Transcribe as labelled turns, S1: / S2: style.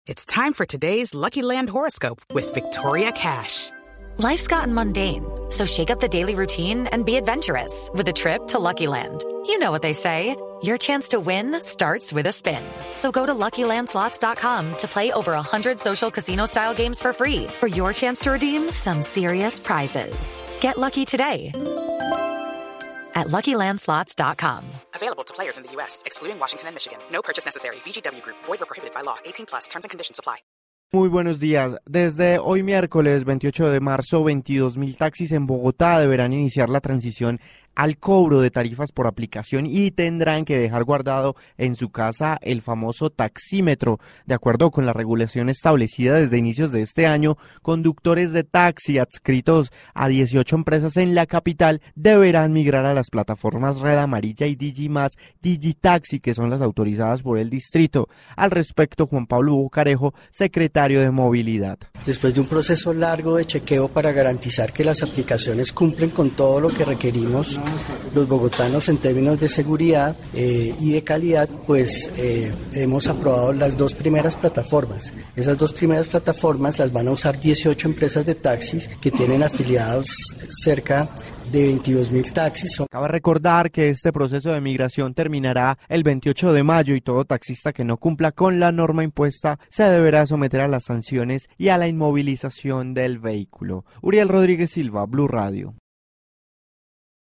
S1: It's time for today's Lucky Land horoscope with Victoria Cash.
S2: Life's gotten mundane, so shake up the daily routine and be adventurous with a trip to Lucky Land. You know what they say, your chance to win starts with a spin. So go to LuckyLandSlots.com to play over 100 social casino-style games for free for your chance to redeem some serious prizes. Get lucky today at LuckyLandSlots.com.
S1: Available to players in the U.S., excluding Washington and Michigan. No purchase necessary. VGW Group. Void or prohibited by law. 18+. Terms and conditions apply.
S3: Muy buenos días. Desde hoy miércoles 28 de marzo, 22.000 taxis en Bogotá deberán iniciar la transición al cobro de tarifas por aplicación y tendrán que dejar guardado en su casa el famoso taxímetro. De acuerdo con la regulación establecida desde inicios de este año, conductores de taxi adscritos a 18 empresas en la capital deberán migrar a las plataformas Red Amarilla y DigiMás, Digitaxi, que son las autorizadas por el distrito. Al respecto, Juan Pablo Bucarejo, secretario de Movilidad.
S4: Después de un proceso largo de chequeo para garantizar que las aplicaciones cumplen con todo lo que requerimos los bogotanos en términos de seguridad y de calidad, pues hemos aprobado las dos primeras plataformas. Esas dos primeras plataformas las van a usar 18 empresas de taxis que tienen afiliados cerca de 22.000 taxis.
S3: Cabe recordar que este proceso de migración terminará el 28 de mayo y todo taxista que no cumpla con la norma impuesta se deberá someter a las sanciones y a la inmovilización del vehículo. Uriel Rodríguez Silva, Blue Radio.